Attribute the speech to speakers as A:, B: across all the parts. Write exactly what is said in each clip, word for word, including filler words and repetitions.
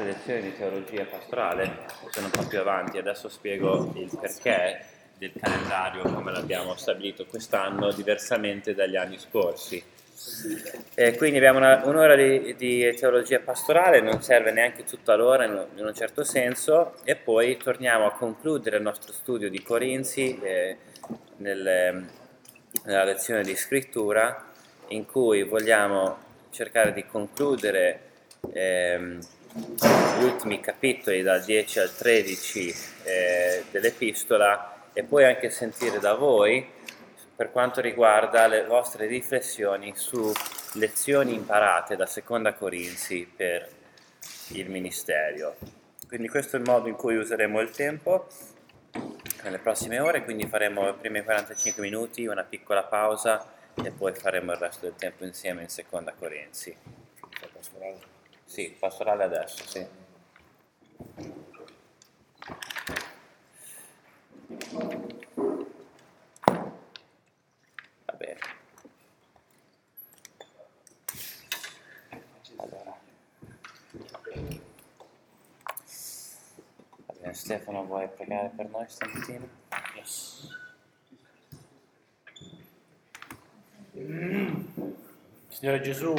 A: nostre lezioni di teologia pastorale sono un po' più avanti. Adesso spiego il perché del calendario come l'abbiamo stabilito quest'anno, diversamente dagli anni scorsi. E quindi abbiamo una, un'ora di, di teologia pastorale, non serve neanche tutta l'ora in, in un certo senso, e poi torniamo a concludere il nostro studio di Corinzi eh, nel, nella lezione di scrittura, in cui vogliamo cercare di concludere ehm, gli ultimi capitoli dal dieci al tredici eh, dell'epistola, e poi anche sentire da voi per quanto riguarda le vostre riflessioni su lezioni imparate da Seconda Corinzi per il ministero. Quindi questo è il modo in cui useremo il tempo nelle prossime ore, quindi faremo i primi quarantacinque minuti, una piccola pausa e poi faremo il resto del tempo insieme in Seconda Corinzi.
B: Pastorale.
A: Sì, pastorale adesso, sì. Va bene. Allora. Va bene, Stefano, vuoi pregare per noi stamattina?
B: Yes. Signore Gesù,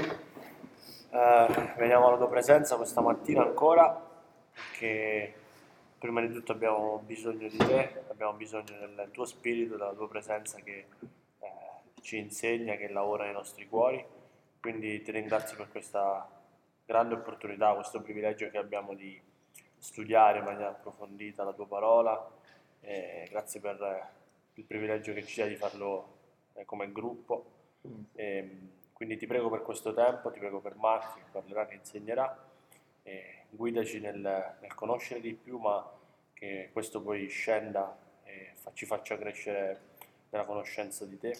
B: eh, veniamo alla tua presenza questa mattina ancora, perché prima di tutto abbiamo bisogno di te, abbiamo bisogno del tuo spirito, della tua presenza che eh, ci insegna, che lavora nei nostri cuori. Quindi ti ringrazio per questa grande opportunità, questo privilegio che abbiamo di studiare in maniera approfondita la tua parola. E grazie per eh, il privilegio che ci dai di farlo eh, come gruppo. E, quindi ti prego per questo tempo, ti prego per Marco che parlerà, che insegnerà, e guidaci nel, nel conoscere di più, ma che questo poi scenda e fa, ci faccia crescere nella conoscenza di te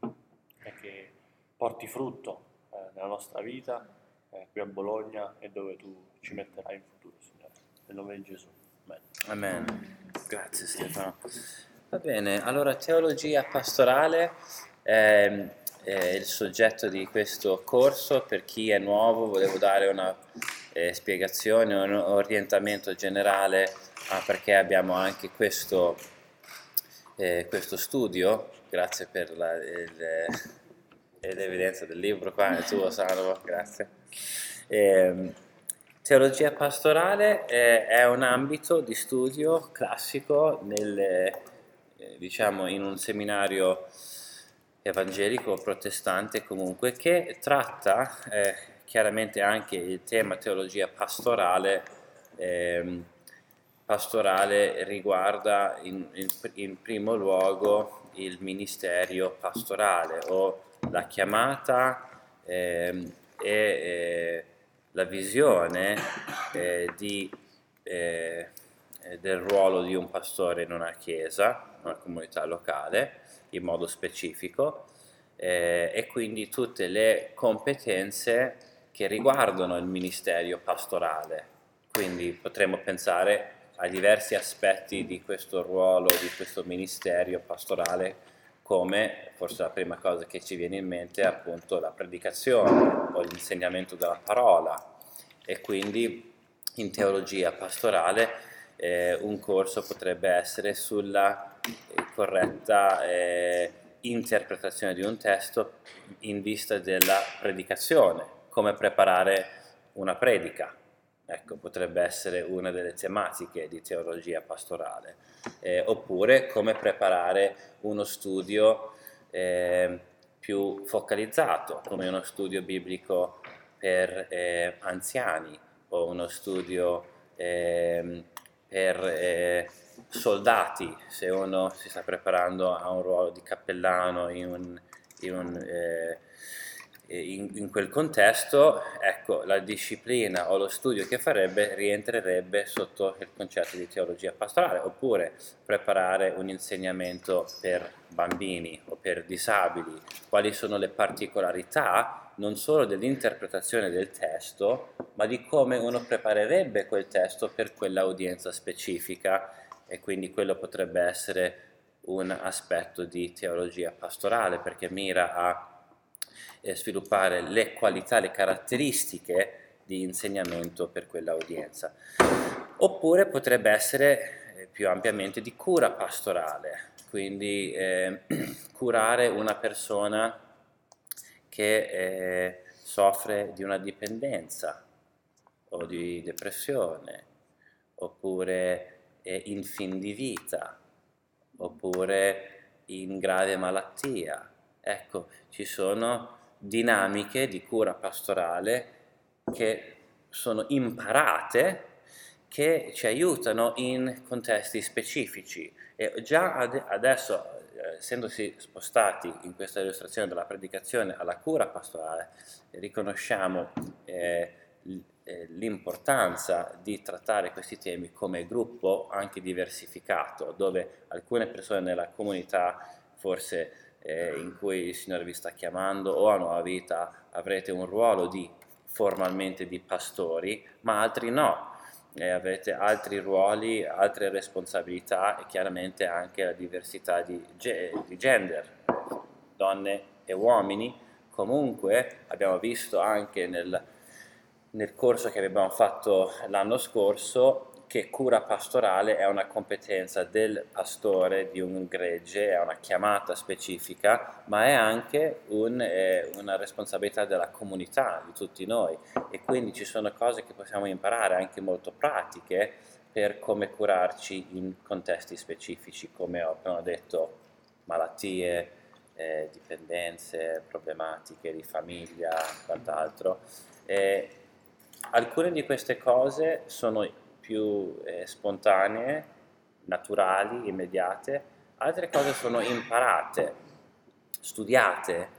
B: e che porti frutto eh, nella nostra vita eh, qui a Bologna e dove tu ci metterai in futuro, Signore. Nel nome di Gesù. Amen.
A: Amen. Grazie Stefano. Va bene, allora teologia pastorale è, è il soggetto di questo corso. Per chi è nuovo volevo dare una eh, spiegazione, un orientamento generale a perché abbiamo anche questo, eh, questo studio. Grazie per la, il, l'evidenza del libro qua, è tuo Salvo, grazie. Ehm, Teologia pastorale eh, è un ambito di studio classico nel, eh, diciamo in un seminario evangelico o protestante comunque, che tratta eh, chiaramente anche il tema teologia pastorale. ehm, pastorale riguarda in, in, in primo luogo il ministerio pastorale o la chiamata ehm, e eh, la visione eh, di, eh, del ruolo di un pastore in una chiesa, una comunità locale, in modo specifico, eh, e quindi tutte le competenze che riguardano il ministero pastorale. Quindi potremmo pensare a diversi aspetti di questo ruolo, di questo ministero pastorale, come forse la prima cosa che ci viene in mente è appunto la predicazione o l'insegnamento della parola. E quindi in teologia pastorale eh, un corso potrebbe essere sulla eh, corretta eh, interpretazione di un testo in vista della predicazione, come preparare una predica. Ecco, potrebbe essere una delle tematiche di teologia pastorale, eh, oppure come preparare uno studio eh, più focalizzato, come uno studio biblico per eh, anziani o uno studio eh, per eh, soldati, se uno si sta preparando a un ruolo di cappellano in un, in un eh, In, in quel contesto, ecco, la disciplina o lo studio che farebbe rientrerebbe sotto il concetto di teologia pastorale, oppure preparare un insegnamento per bambini o per disabili, quali sono le particolarità non solo dell'interpretazione del testo, ma di come uno preparerebbe quel testo per quell'udienza specifica, e quindi quello potrebbe essere un aspetto di teologia pastorale, perché mira a sviluppare le qualità, le caratteristiche di insegnamento per quell'audienza. Oppure potrebbe essere eh, più ampiamente di cura pastorale, quindi eh, curare una persona che eh, soffre di una dipendenza o di depressione, oppure è in fin di vita, oppure in grave malattia. Ecco, ci sono dinamiche di cura pastorale che sono imparate, che ci aiutano in contesti specifici. E già ad- adesso, eh, essendosi spostati in questa illustrazione della predicazione alla cura pastorale, riconosciamo eh, l- eh, l'importanza di trattare questi temi come gruppo anche diversificato, dove alcune persone nella comunità forse eh, in cui il Signore vi sta chiamando o a nuova vita avrete un ruolo di formalmente di pastori, ma altri no. Eh, avete altri ruoli, altre responsabilità e chiaramente anche la diversità di, ge- di gender, donne e uomini. Comunque abbiamo visto anche nel, nel corso che abbiamo fatto l'anno scorso che cura pastorale è una competenza del pastore di un gregge, è una chiamata specifica, ma è anche un, eh, una responsabilità della comunità, di tutti noi, e quindi ci sono cose che possiamo imparare anche molto pratiche per come curarci in contesti specifici, come ho appena detto, malattie, eh, dipendenze, problematiche di famiglia, quant'altro. Eh, alcune di queste cose sono più eh, spontanee, naturali, immediate, altre cose sono imparate, studiate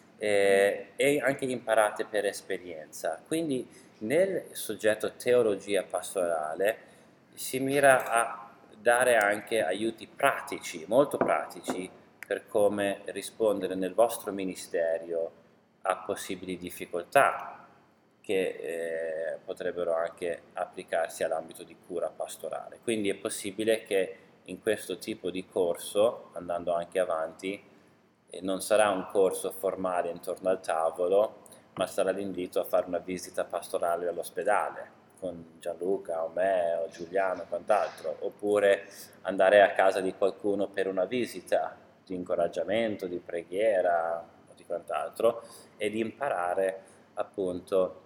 A: eh, e anche imparate per esperienza. Quindi nel soggetto teologia pastorale si mira a dare anche aiuti pratici, molto pratici, per come rispondere nel vostro ministero a possibili difficoltà che eh, potrebbero anche applicarsi all'ambito di cura pastorale. Quindi è possibile che in questo tipo di corso, andando anche avanti, eh, non sarà un corso formale intorno al tavolo, ma sarà l'invito a fare una visita pastorale all'ospedale con Gianluca o me o Giuliano o quant'altro, oppure andare a casa di qualcuno per una visita di incoraggiamento, di preghiera o di quant'altro, e di imparare appunto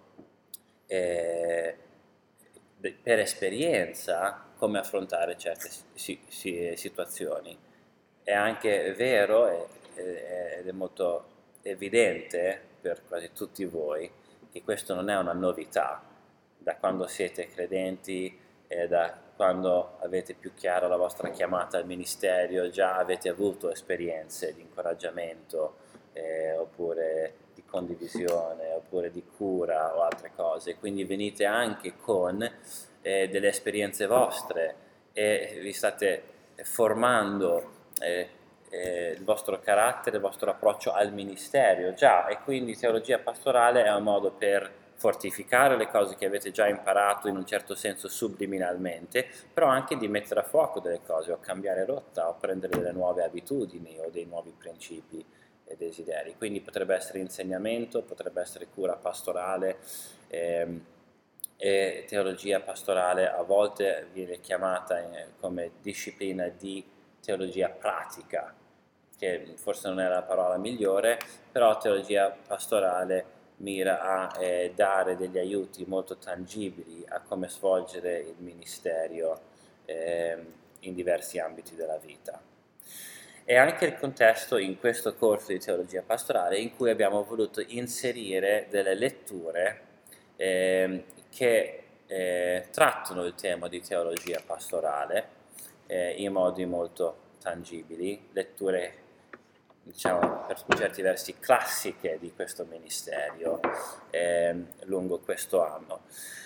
A: eh, per esperienza come affrontare certe si- si- situazioni. È anche vero e- e- ed è molto evidente per quasi tutti voi che questo non è una novità. Da quando siete credenti e da quando avete più chiara la vostra chiamata al ministero, già avete avuto esperienze di incoraggiamento eh, oppure di condivisione, oppure di cura o altre cose, quindi venite anche con eh, delle esperienze vostre e vi state formando eh, eh, il vostro carattere, il vostro approccio al ministero già, e quindi teologia pastorale è un modo per fortificare le cose che avete già imparato in un certo senso subliminalmente, però anche di mettere a fuoco delle cose o cambiare rotta o prendere delle nuove abitudini o dei nuovi principi e desideri. Quindi potrebbe essere insegnamento, potrebbe essere cura pastorale, ehm, e teologia pastorale a volte viene chiamata eh, come disciplina di teologia pratica, che forse non è la parola migliore, però teologia pastorale mira a eh, dare degli aiuti molto tangibili a come svolgere il ministero eh, in diversi ambiti della vita. È anche il contesto in questo corso di teologia pastorale in cui abbiamo voluto inserire delle letture eh, che eh, trattano il tema di teologia pastorale eh, in modi molto tangibili, letture diciamo per certi versi classiche di questo ministero eh, lungo questo anno.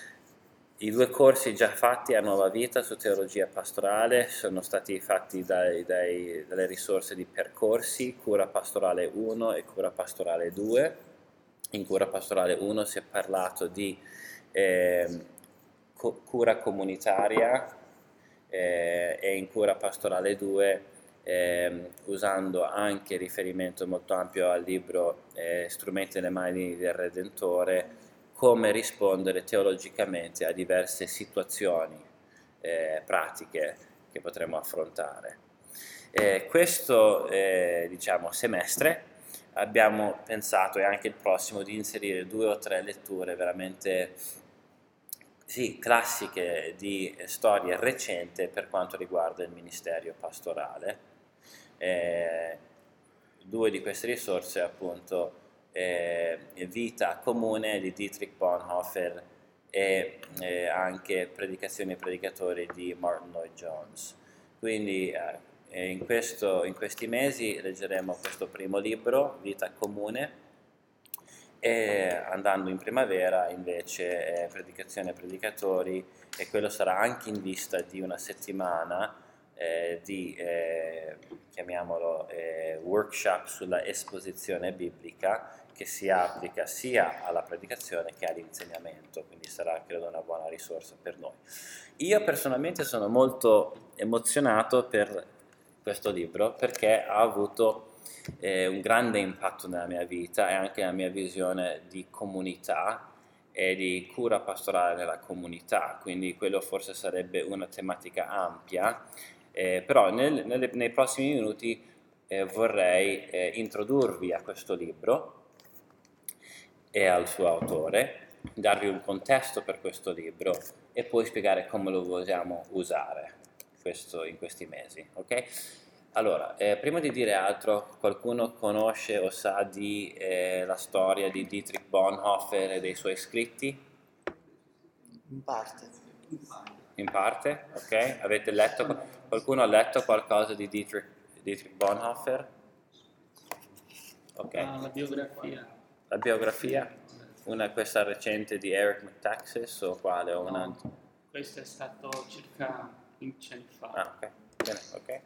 A: I due corsi già fatti a Nuova Vita su teologia pastorale sono stati fatti dai, dai, dalle risorse di percorsi Cura Pastorale uno e Cura Pastorale due. In Cura Pastorale uno si è parlato di eh, co- cura comunitaria eh, e in Cura Pastorale due eh, usando anche riferimento molto ampio al libro eh, Strumenti nelle mani del Redentore, come rispondere teologicamente a diverse situazioni eh, pratiche che potremo affrontare. Eh, questo eh, diciamo, semestre abbiamo pensato, e anche il prossimo, di inserire due o tre letture veramente sì, classiche di storia recente per quanto riguarda il ministero pastorale. Eh, due di queste risorse appunto eh, Vita comune di Dietrich Bonhoeffer e eh, anche Predicazioni e predicatori di Martin Lloyd-Jones. Quindi eh, in, questo, in questi mesi leggeremo questo primo libro, Vita comune, e andando in primavera invece eh, Predicazioni e predicatori, e quello sarà anche in vista di una settimana eh, di, eh, chiamiamolo, eh, workshop sulla esposizione biblica, che si applica sia alla predicazione che all'insegnamento, quindi sarà credo una buona risorsa per noi. Io personalmente sono molto emozionato per questo libro perché ha avuto eh, un grande impatto nella mia vita e anche nella mia visione di comunità e di cura pastorale nella comunità, quindi quello forse sarebbe una tematica ampia, eh, però nel, nelle, nei prossimi minuti eh, vorrei eh, introdurvi a questo libro e al suo autore, darvi un contesto per questo libro e poi spiegare come lo vogliamo usare questo, in questi mesi, ok? Allora, eh, prima di dire altro, qualcuno conosce o sa di eh, la storia di Dietrich Bonhoeffer e dei suoi scritti?
C: In parte.
A: In parte, ok? Avete letto, qualcuno ha letto qualcosa di Dietrich, Dietrich Bonhoeffer? Ok.
D: Ah, la biografia.
A: La biografia? Una questa recente di Eric Metaxas o quale? O una...
D: No, questo è stato circa quindici anni fa.
A: Ah, ok. Bene, ok.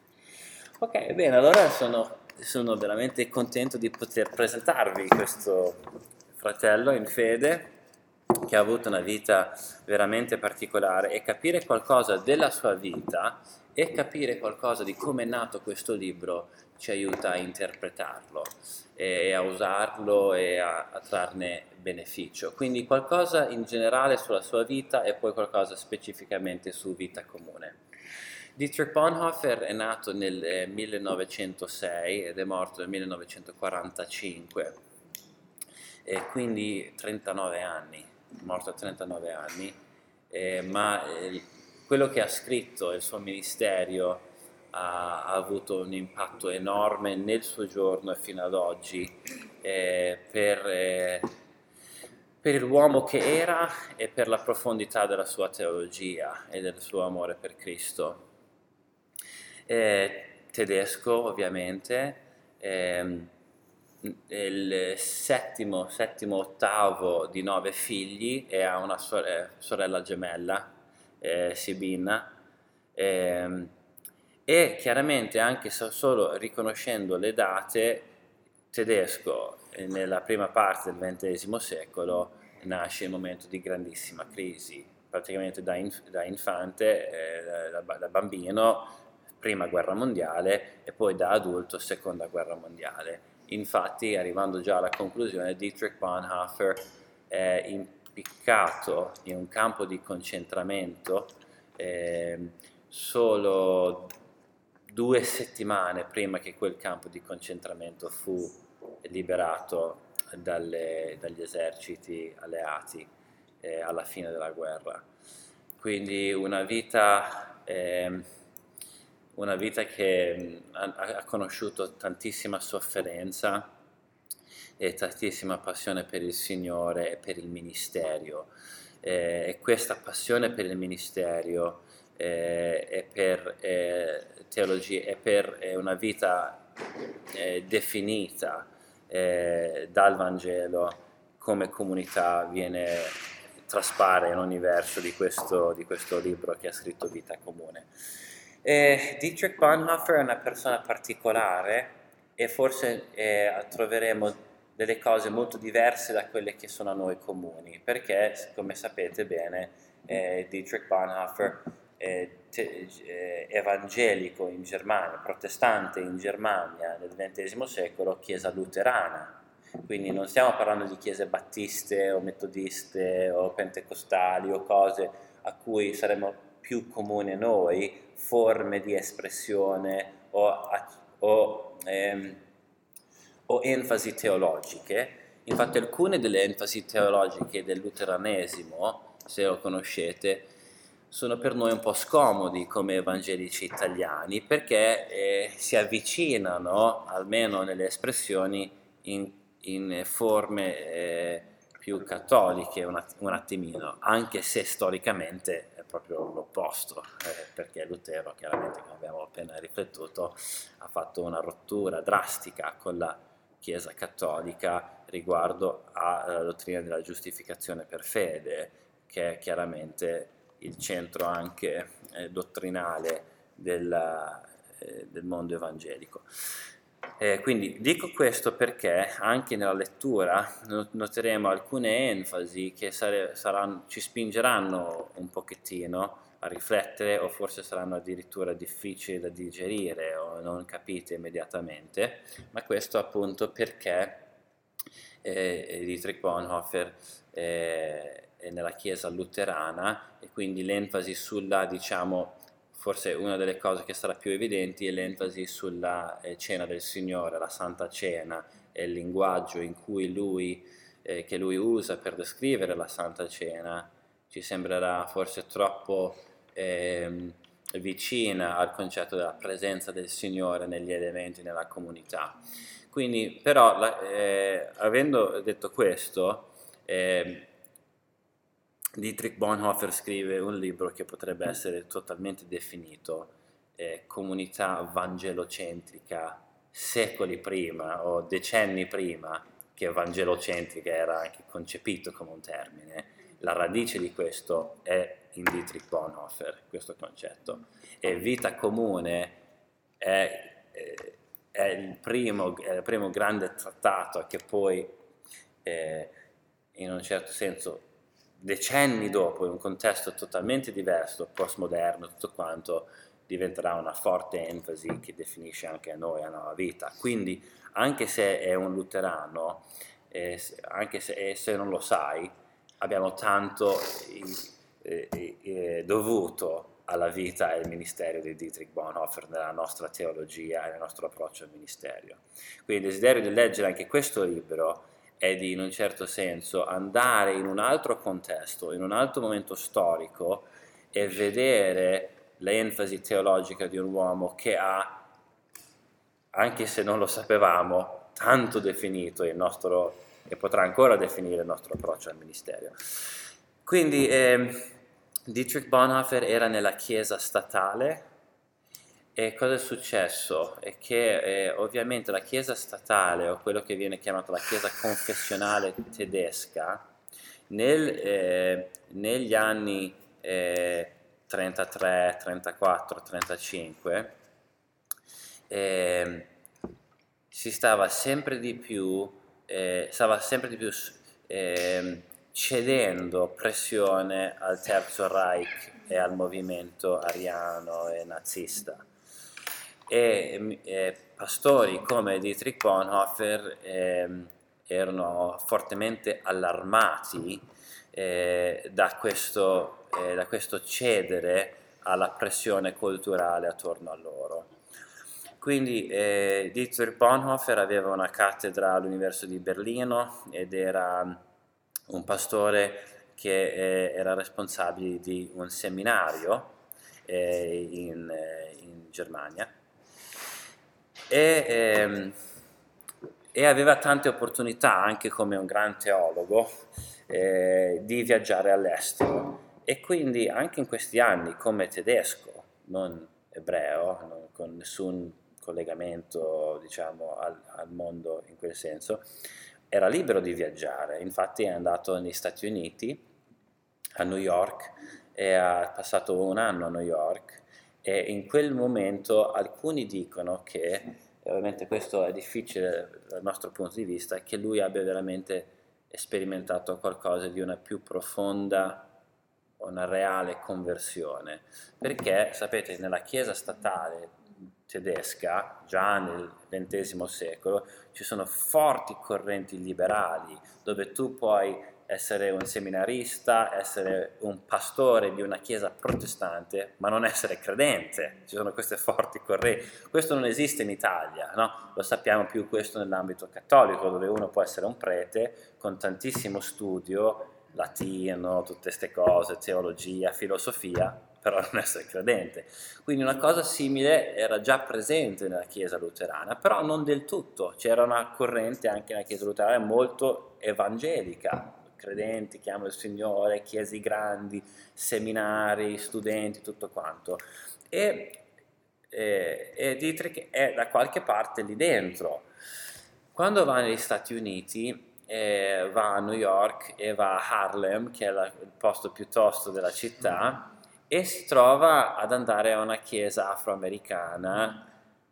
A: Ok, bene, allora sono, sono veramente contento di poter presentarvi questo fratello in fede che ha avuto una vita veramente particolare, e capire qualcosa della sua vita e capire qualcosa di come è nato questo libro ci aiuta a interpretarlo e a usarlo e a, a trarne beneficio. Quindi qualcosa in generale sulla sua vita e poi qualcosa specificamente su Vita comune. Dietrich Bonhoeffer è nato nel eh, millenovecentosei ed è morto nel millenovecentoquarantacinque, e quindi trentanove anni, morto a trentanove anni, eh, ma eh, quello che ha scritto, il suo ministero, ha, ha avuto un impatto enorme nel suo giorno e fino ad oggi eh, per, eh, per l'uomo che era e per la profondità della sua teologia e del suo amore per Cristo. Eh, tedesco ovviamente, ehm, il settimo, settimo, ottavo di nove figli, e ha una sore- sorella gemella, eh, Sibina, ehm, e chiaramente anche so- solo riconoscendo le date, tedesco eh, nella prima parte del ventesimo secolo nasce in un momento di grandissima crisi, praticamente da, inf- da infante, eh, da, da bambino, prima guerra mondiale, e poi da adulto seconda guerra mondiale. Infatti, arrivando già alla conclusione, Dietrich Bonhoeffer è impiccato in un campo di concentramento eh, solo due settimane prima che quel campo di concentramento fu liberato dalle, dagli eserciti alleati eh, alla fine della guerra. Quindi una vita... Eh, una vita che ha, ha conosciuto tantissima sofferenza e tantissima passione per il Signore e per il ministero. Eh, e questa passione per il ministero eh, e per eh, teologia e per eh, una vita eh, definita eh, dal Vangelo come comunità viene traspare in ogni verso di questo, di questo libro che ha scritto Vita comune. Eh, Dietrich Bonhoeffer è una persona particolare e forse eh, troveremo delle cose molto diverse da quelle che sono a noi comuni, perché, come sapete bene, eh, Dietrich Bonhoeffer è te, eh, evangelico in Germania, protestante in Germania nel ventesimo secolo, chiesa luterana Quindi non stiamo parlando di chiese battiste o metodiste o pentecostali o cose a cui saremmo più comuni noi, forme di espressione o, o, ehm, o enfasi teologiche. Infatti alcune delle enfasi teologiche del luteranesimo, se lo conoscete, sono per noi un po' scomodi come evangelici italiani, perché eh, si avvicinano, almeno nelle espressioni, in, in forme eh, più cattoliche un, att- un attimino, anche se storicamente è proprio l'opposto, eh, perché Lutero, chiaramente, come abbiamo appena riflettuto, ha fatto una rottura drastica con la Chiesa cattolica riguardo alla dottrina della giustificazione per fede, che è chiaramente il centro anche eh, dottrinale della, eh, del mondo evangelico. Eh, quindi dico questo perché anche nella lettura noteremo alcune enfasi che sare, saranno, ci spingeranno un pochettino a riflettere, o forse saranno addirittura difficili da digerire o non capite immediatamente, ma questo appunto perché eh, Dietrich Bonhoeffer eh, è nella Chiesa luterana, e quindi l'enfasi sulla, diciamo, forse una delle cose che sarà più evidenti è l'enfasi sulla eh, cena del Signore, la Santa Cena, e il linguaggio in cui lui, eh, che lui usa per descrivere la Santa Cena ci sembrerà forse troppo ehm, vicina al concetto della presenza del Signore negli elementi, nella comunità. Quindi, però, la, eh, avendo detto questo, eh, Dietrich Bonhoeffer scrive un libro che potrebbe essere totalmente definito eh, comunità vangelocentrica secoli prima o decenni prima che vangelocentrica era anche concepito come un termine. La radice di questo è in Dietrich Bonhoeffer, questo concetto. E vita comune è, eh, è, il, primo, è il primo grande trattato che poi, eh, in un certo senso, decenni dopo, in un contesto totalmente diverso, postmoderno, tutto quanto, diventerà una forte enfasi che definisce anche a noi la nuova vita. Quindi, anche se è un luterano, eh, anche se, eh, se non lo sai, abbiamo tanto eh, eh, dovuto alla vita e al ministero di Dietrich Bonhoeffer nella nostra teologia e nel nostro approccio al ministero. Quindi il desiderio di leggere anche questo libro è di, in un certo senso, andare in un altro contesto, in un altro momento storico, e vedere l'enfasi teologica di un uomo che ha, anche se non lo sapevamo, tanto definito il nostro, e potrà ancora definire il nostro approccio al ministero. Quindi eh, Dietrich Bonhoeffer era nella chiesa statale. E cosa è successo? È che eh, ovviamente la chiesa statale, o quello che viene chiamato la chiesa confessionale tedesca, nel, eh, negli anni eh, trentatré, trentaquattro, trentacinque eh, si stava sempre di più, eh, stava sempre di più eh, cedendo pressione al Terzo Reich e al movimento ariano e nazista. E eh, pastori come Dietrich Bonhoeffer eh, erano fortemente allarmati eh, da, questo, eh, da questo cedere alla pressione culturale attorno a loro. Quindi eh, Dietrich Bonhoeffer aveva una cattedra all'Università di Berlino ed era un pastore che eh, era responsabile di un seminario eh, in, eh, in Germania. E, ehm, e aveva tante opportunità, anche come un gran teologo, eh, di viaggiare all'estero, e quindi anche in questi anni, come tedesco, non ebreo, non, con nessun collegamento, diciamo, al, al mondo in quel senso, era libero di viaggiare. Infatti è andato negli Stati Uniti, a New York, e ha passato un anno a New York. E in quel momento alcuni dicono che, ovviamente questo è difficile dal nostro punto di vista, che lui abbia veramente sperimentato qualcosa di una più profonda, una reale conversione, perché sapete, nella chiesa statale tedesca, già nel ventesimo secolo, ci sono forti correnti liberali dove tu puoi essere un seminarista, essere un pastore di una chiesa protestante, ma non essere credente. Ci sono queste forti correnti. Questo non esiste in Italia, no? Lo sappiamo più questo nell'ambito cattolico, dove uno può essere un prete con tantissimo studio, latino, tutte queste cose, teologia, filosofia, però non essere credente. Quindi una cosa simile era già presente nella Chiesa luterana, però non del tutto. C'era una corrente anche nella Chiesa luterana molto evangelica, credenti, chiamano il Signore, chiese grandi, seminari, studenti, tutto quanto. E, e, e Dietrich è da qualche parte lì dentro. Quando va negli Stati Uniti, eh, va a New York e va a Harlem, che è la, il posto più tosto della città, e si trova ad andare a una chiesa afroamericana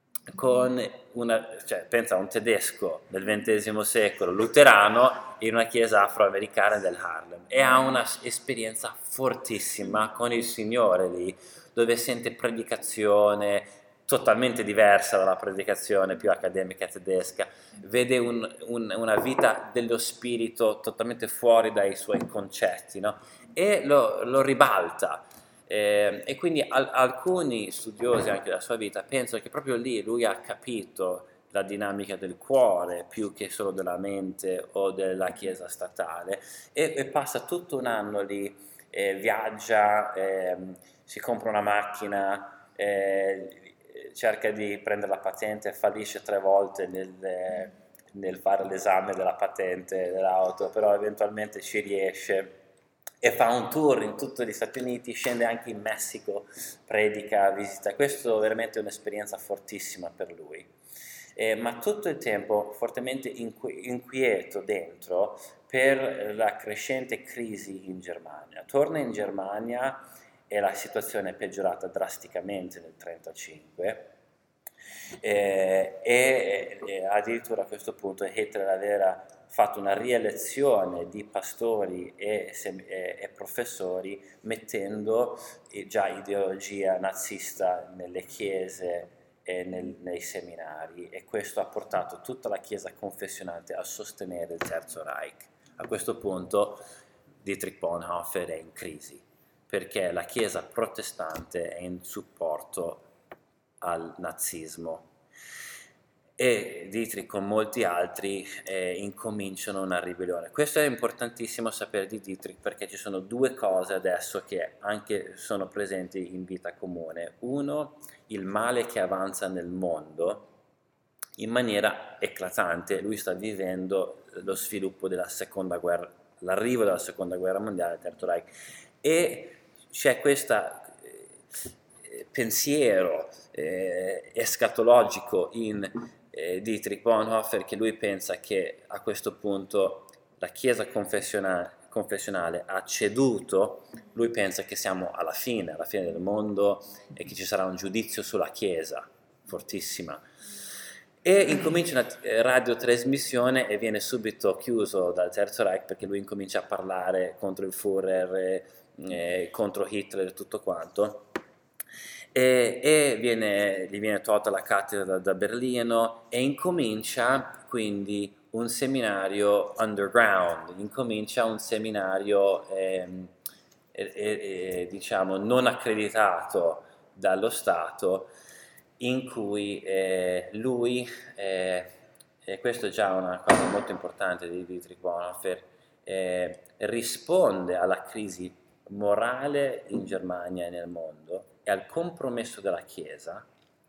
A: con una, cioè pensa a un tedesco del ventesimo secolo luterano in una chiesa afroamericana del Harlem, e ha una esperienza fortissima con il Signore lì, dove sente predicazione totalmente diversa dalla predicazione più accademica tedesca, vede un, un, una vita dello spirito totalmente fuori dai suoi concetti, no? E lo, lo ribalta. Eh, e quindi al, alcuni studiosi anche della sua vita pensano che proprio lì lui ha capito la dinamica del cuore più che solo della mente o della chiesa statale, e, e passa tutto un anno lì, eh, viaggia, eh, si compra una macchina, eh, cerca di prendere la patente, fallisce tre volte nel, nel fare l'esame della patente dell'auto, però eventualmente ci riesce e fa un tour in tutti gli Stati Uniti, scende anche in Messico, predica, visita. Questo è veramente un'esperienza fortissima per lui, eh, ma tutto il tempo fortemente inqui- inquieto dentro per la crescente crisi in Germania. Torna in Germania e la situazione è peggiorata drasticamente nel millenovecentotrentacinque, eh, e, e addirittura a questo punto Hitler aveva fatto una rielezione di pastori e, e, e professori, mettendo già ideologia nazista nelle chiese e nel, nei seminari, e questo ha portato tutta la chiesa confessionale a sostenere il Terzo Reich. A questo punto Dietrich Bonhoeffer è in crisi, perché la chiesa protestante è in supporto al nazismo, e Dietrich con molti altri eh, incominciano una ribellione. Questo è importantissimo sapere di Dietrich, perché ci sono due cose adesso che anche sono presenti in vita comune. Uno, il male che avanza nel mondo in maniera eclatante. Lui sta vivendo lo sviluppo della seconda guerra, l'arrivo della seconda guerra mondiale, il Terzo Reich, e c'è questo eh, pensiero eh, escatologico in eh, Dietrich Bonhoeffer, che lui pensa che a questo punto la Chiesa confessionale, confessionale ha ceduto. Lui pensa che siamo alla fine, alla fine del mondo, e che ci sarà un giudizio sulla Chiesa fortissima. E incomincia una radiotrasmissione e viene subito chiuso dal Terzo Reich, perché lui incomincia a parlare contro il Führer, eh, contro Hitler e tutto quanto, e, e viene, gli viene tolta la cattedra da, da Berlino, e incomincia quindi un seminario underground, incomincia un seminario ehm, eh, eh, diciamo non accreditato dallo Stato, in cui eh, lui, eh, e questo è già una cosa molto importante di Dietrich Bonhoeffer, eh, risponde alla crisi morale in Germania e nel mondo e al compromesso della Chiesa,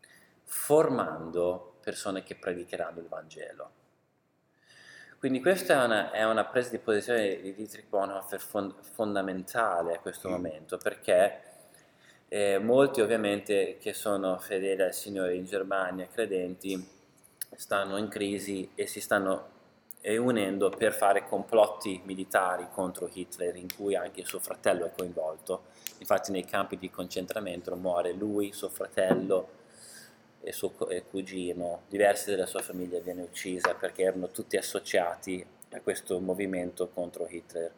A: formando persone che predicheranno il Vangelo. Quindi questa è una, è una presa di posizione di Dietrich Bonhoeffer fond- fondamentale a questo momento, perché Eh, molti ovviamente che sono fedeli al Signore in Germania, credenti, stanno in crisi e si stanno eh, unendo per fare complotti militari contro Hitler, in cui anche suo fratello è coinvolto. Infatti nei campi di concentramento muore lui, suo fratello e suo co- e cugino. Diversi della sua famiglia viene uccisa perché erano tutti associati a questo movimento contro Hitler.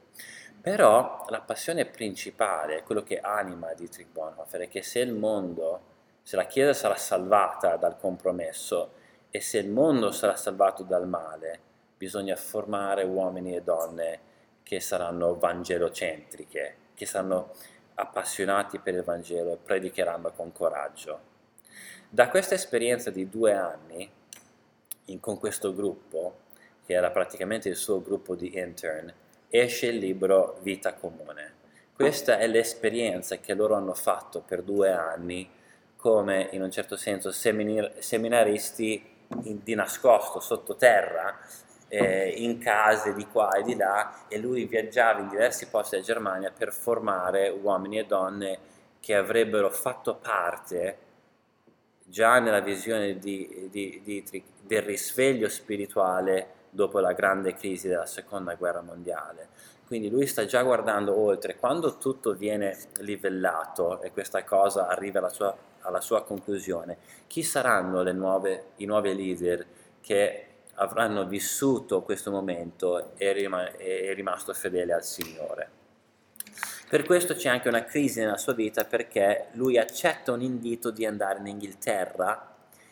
A: Però la passione principale, quello che anima Dietrich Bonhoeffer, è che se il mondo se la Chiesa sarà salvata dal compromesso e se il mondo sarà salvato dal male, bisogna formare uomini e donne che saranno vangelocentriche, che saranno appassionati per il Vangelo e predicheranno con coraggio. Da questa esperienza di due anni in, con questo gruppo, che era praticamente il suo gruppo di intern, esce il libro Vita Comune. Questa è l'esperienza che loro hanno fatto per due anni come, in un certo senso, seminar- seminaristi in, di nascosto, sottoterra, eh, in case di qua e di là, e lui viaggiava in diversi posti della Germania per formare uomini e donne che avrebbero fatto parte, già nella visione di, di, di, di, del risveglio spirituale dopo la grande crisi della seconda guerra mondiale. Quindi lui sta già guardando oltre. Quando tutto viene livellato e questa cosa arriva alla sua, alla sua conclusione, chi saranno le nuove, i nuovi leader che avranno vissuto questo momento e rima- è rimasto fedele al Signore? Per questo c'è anche una crisi nella sua vita, perché lui accetta un invito di andare in Inghilterra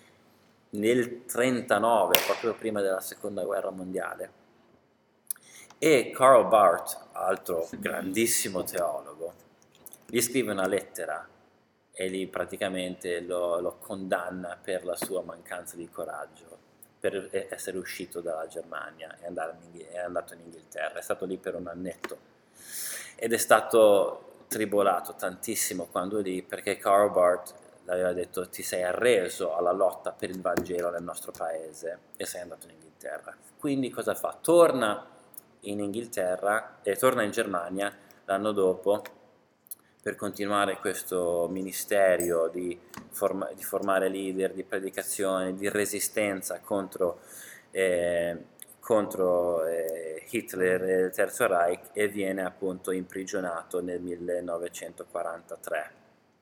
A: nel trentanove, proprio prima della seconda guerra mondiale, e Karl Barth, altro grandissimo teologo, gli scrive una lettera e lì praticamente lo, lo condanna per la sua mancanza di coraggio, per essere uscito dalla Germania e andare in, è andato in Inghilterra. È stato lì per un annetto ed è stato tribolato tantissimo quando lì, perché Karl Barth aveva detto: ti sei arreso alla lotta per il Vangelo nel nostro paese e sei andato in Inghilterra. Quindi cosa fa? Torna in Inghilterra e torna in Germania l'anno dopo per continuare questo ministero di, forma, di formare leader, di predicazione, di resistenza contro, eh, contro eh, Hitler e il Terzo Reich, e viene appunto imprigionato nel millenovecentoquarantatré.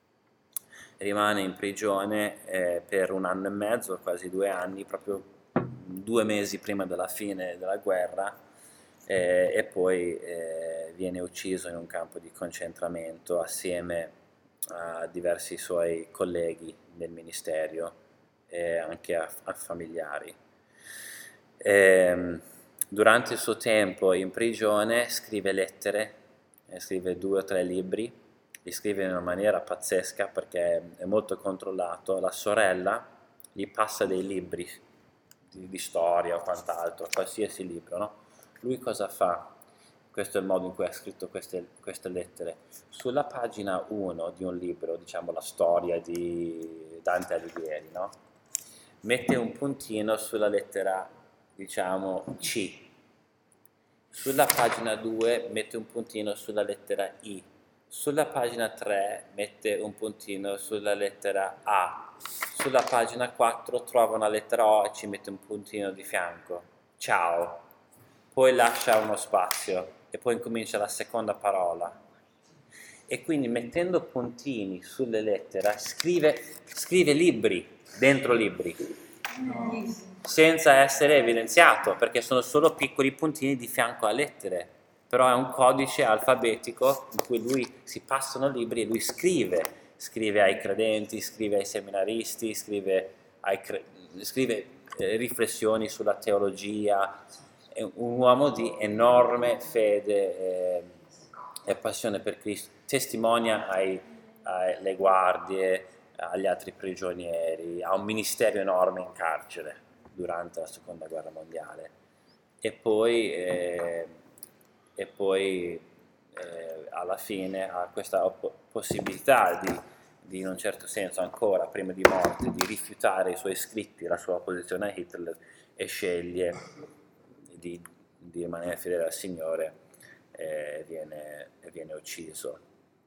A: Rimane in prigione eh, per un anno e mezzo, quasi due anni, proprio due mesi prima della fine della guerra, eh, e poi eh, viene ucciso in un campo di concentramento assieme a diversi suoi colleghi del ministero e anche a, a familiari. E, durante il suo tempo in prigione scrive lettere, eh, scrive due o tre libri, li scrive in una maniera pazzesca perché è molto controllato. La sorella gli passa dei libri di, di storia o quant'altro, qualsiasi libro, no? Lui cosa fa? Questo è il modo in cui ha scritto queste, queste lettere. Sulla pagina uno di un libro, diciamo la storia di Dante Alighieri, no? Mette un puntino sulla lettera, diciamo, C. Sulla pagina due mette un puntino sulla lettera I. Sulla pagina tre mette un puntino sulla lettera A. Sulla pagina quattro trova una lettera O e ci mette un puntino di fianco. Ciao. Poi lascia uno spazio e poi incomincia la seconda parola. E quindi mettendo puntini sulle lettere scrive, scrive libri, dentro libri, senza essere evidenziato, perché sono solo piccoli puntini di fianco a lettere. Però è un codice alfabetico in cui lui si passano libri e lui scrive, scrive ai credenti, scrive ai seminaristi, scrive, ai cre- scrive eh, riflessioni sulla teologia. È un uomo di enorme fede e, e passione per Cristo, testimonia ai, alle guardie, agli altri prigionieri, ha un ministero enorme in carcere durante la seconda guerra mondiale. E poi... Eh, e poi eh, alla fine ha questa op- possibilità di, di, in un certo senso ancora prima di morte, di rifiutare i suoi scritti, la sua opposizione a Hitler, e sceglie di, di rimanere fedele al Signore e viene, e viene ucciso.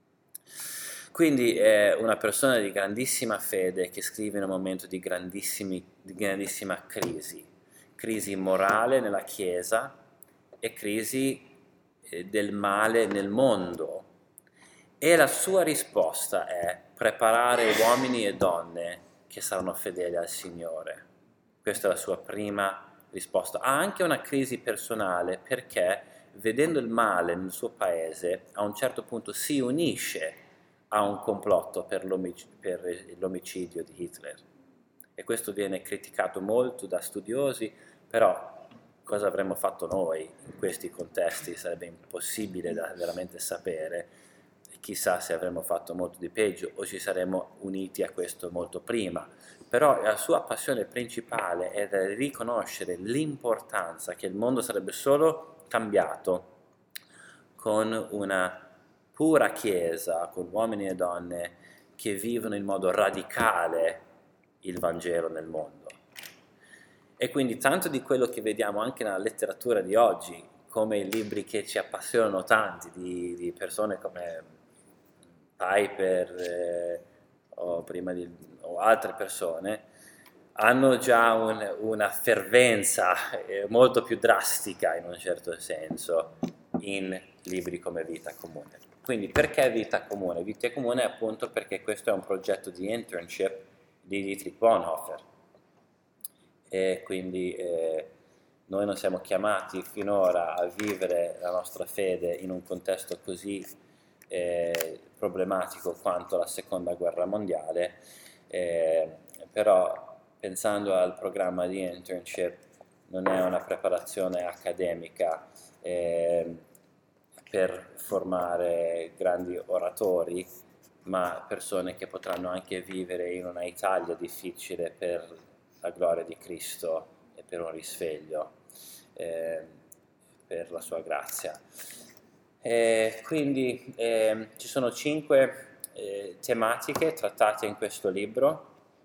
A: Quindi è una persona di grandissima fede che scrive in un momento di, grandissimi, di grandissima crisi, crisi morale nella Chiesa e crisi del male nel mondo, e la sua risposta è preparare uomini e donne che saranno fedeli al Signore. Questa è la sua prima risposta. Ha anche una crisi personale perché vedendo il male nel suo paese a un certo punto si unisce a un complotto per, l'omic- per l'omicidio di Hitler. E questo viene criticato molto da studiosi, però cosa avremmo fatto noi in questi contesti sarebbe impossibile da veramente sapere, e chissà se avremmo fatto molto di peggio o ci saremmo uniti a questo molto prima. Però la sua passione principale è da riconoscere l'importanza che il mondo sarebbe solo cambiato con una pura chiesa, con uomini e donne che vivono in modo radicale il Vangelo nel mondo. E quindi tanto di quello che vediamo anche nella letteratura di oggi, come i libri che ci appassionano tanti, di, di persone come Piper eh, o, prima di, o altre persone, hanno già un, una fervenza eh, molto più drastica in un certo senso in libri come Vita Comune. Quindi perché Vita Comune? Vita Comune appunto perché questo è un progetto di internship di Dietrich Bonhoeffer, e quindi eh, noi non siamo chiamati finora a vivere la nostra fede in un contesto così eh, problematico quanto la seconda guerra mondiale, eh, però pensando al programma di internship non è una preparazione accademica eh, per formare grandi oratori, ma persone che potranno anche vivere in una Italia difficile per la gloria di Cristo e per un risveglio, eh, per la sua grazia. E quindi eh, ci sono cinque eh, tematiche trattate in questo libro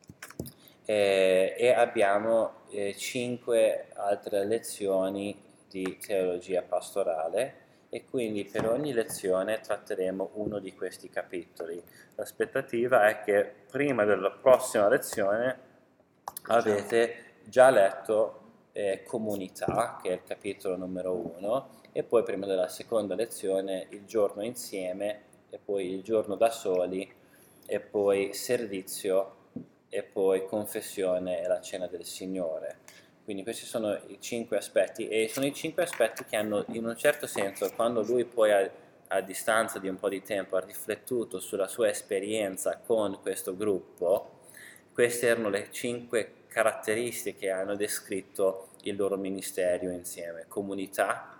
A: eh, e abbiamo eh, cinque altre lezioni di teologia pastorale, e quindi per ogni lezione tratteremo uno di questi capitoli. L'aspettativa è che prima della prossima lezione avete già letto eh, Comunità, che è il capitolo numero uno, e poi prima della seconda lezione il giorno insieme, e poi il giorno da soli, e poi servizio, e poi confessione e la cena del Signore. Quindi questi sono i cinque aspetti, e sono i cinque aspetti che hanno, in un certo senso, quando lui poi a, a distanza di un po' di tempo ha riflettuto sulla sua esperienza con questo gruppo, queste erano le cinque caratteristiche che hanno descritto il loro ministero insieme. Comunità,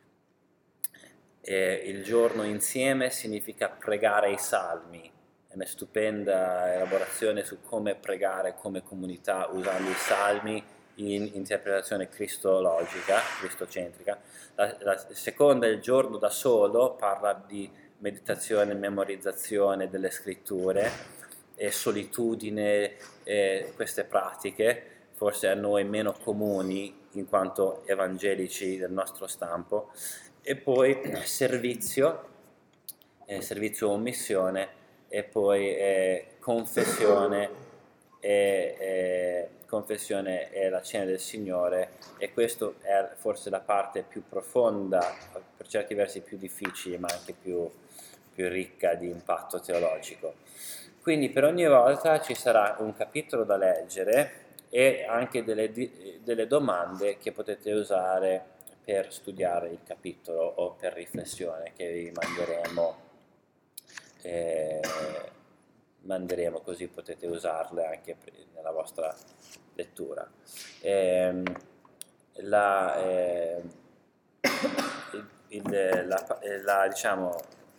A: eh, il giorno insieme significa pregare i salmi, è una stupenda elaborazione su come pregare come comunità usando i salmi in interpretazione cristologica, cristocentrica. La, la seconda, il giorno da solo, parla di meditazione e memorizzazione delle scritture e solitudine, e queste pratiche forse a noi meno comuni in quanto evangelici del nostro stampo. E poi servizio, eh, servizio o missione, e poi eh, confessione, e, e, confessione e la cena del Signore, e questa è forse la parte più profonda, per certi versi più difficile, ma anche più, più ricca di impatto teologico. Quindi per ogni volta ci sarà un capitolo da leggere e anche delle, delle domande che potete usare per studiare il capitolo o per riflessione, che vi manderemo, eh, manderemo così potete usarle anche nella vostra lettura. Eh, la, eh, il, il, la, la, diciamo,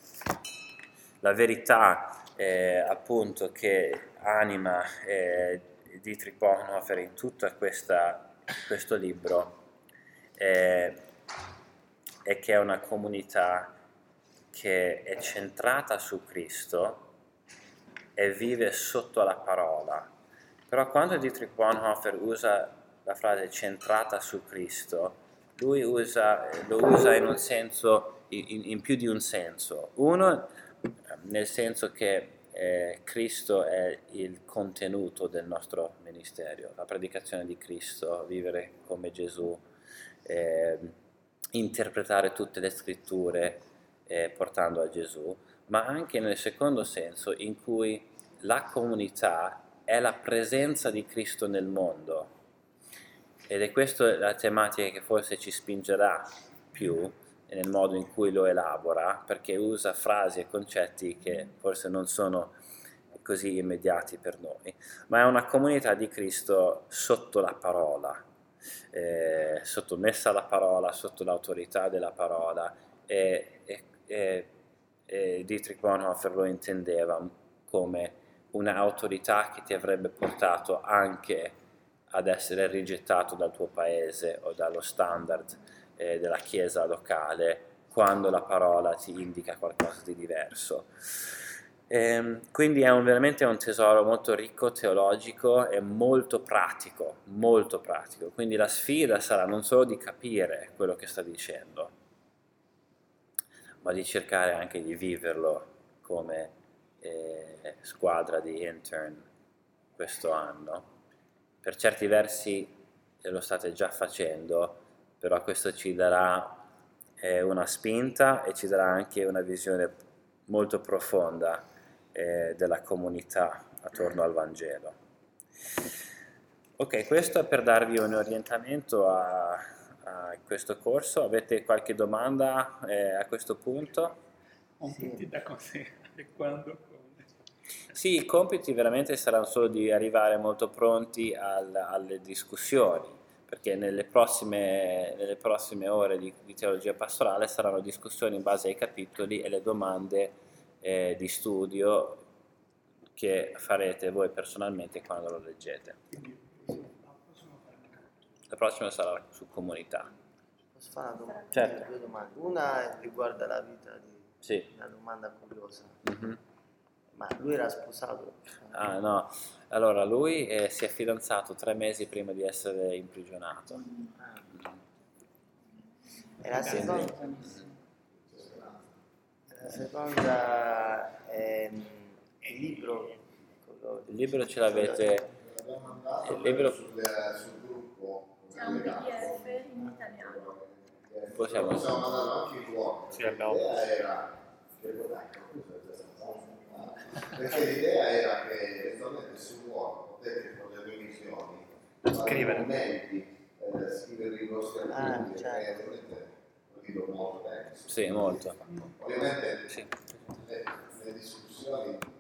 A: la verità eh, appunto che anima eh, Dietrich Bonhoeffer in tutto questo libro eh, è che è una comunità che è centrata su Cristo e vive sotto la parola. Però quando Dietrich Bonhoeffer usa la frase centrata su Cristo, lui usa, lo usa in un senso, in, in più di un senso. Uno, nel senso che eh, Cristo è il contenuto del nostro ministero, la predicazione di Cristo, vivere come Gesù, eh, interpretare tutte le scritture eh, portando a Gesù, ma anche nel secondo senso in cui la comunità è la presenza di Cristo nel mondo, ed è questa la tematica che forse ci spingerà più e nel modo in cui lo elabora, perché usa frasi e concetti che forse non sono così immediati per noi, ma è una comunità di Cristo sotto la parola, eh, sottomessa alla parola, sotto l'autorità della parola, e, e, e, e Dietrich Bonhoeffer lo intendeva come un'autorità che ti avrebbe portato anche ad essere rigettato dal tuo paese o dallo standard eh, della chiesa locale quando la parola ti indica qualcosa di diverso. E, quindi è un, veramente un tesoro molto ricco, teologico e molto pratico, molto pratico. Quindi la sfida sarà non solo di capire quello che sta dicendo, ma di cercare anche di viverlo come eh, squadra di intern questo anno. Per certi versi lo state già facendo, però questo ci darà eh, una spinta e ci darà anche una visione molto profonda eh, della comunità attorno al Vangelo. Ok, questo è per darvi un orientamento a, a questo corso. Avete qualche domanda eh, a questo punto?
D: Compiti da consegnare quando? Come?
A: Sì, i compiti veramente saranno solo di arrivare molto pronti al, alle discussioni, perché nelle prossime, nelle prossime ore di, di teologia pastorale saranno discussioni in base ai capitoli e le domande eh, di studio che farete voi personalmente quando lo leggete.
D: Quindi possono fare una
A: La prossima sarà su comunità.
C: Posso fare una domanda?
A: Certo.
C: Due domande. Una riguarda la vita di...
A: Sì.
C: Una domanda curiosa.
A: Mm-hmm.
C: Ma lui era sposato?
A: Ah no, allora lui eh, si è fidanzato tre mesi prima di essere imprigionato.
C: Ah. E la seconda... La seconda è il libro...
A: Il libro ce l'avete... Il libro...
E: Sul gruppo.
F: C'è un P D F in italiano.
A: Possiamo...
E: Possiamo mandarlo anche in buono.
B: Sì, abbiamo.
E: L'idea era perché l'idea era che eventualmente su buono potete con le revisioni
B: Scrivere.
E: commenti, eh, scrivere i vostri
C: Ah,
E: appunti,
C: certo.
E: perché ovviamente lo dico molto bene.
A: Sì, molto.
E: Ovviamente
A: Sì.
E: le, le discussioni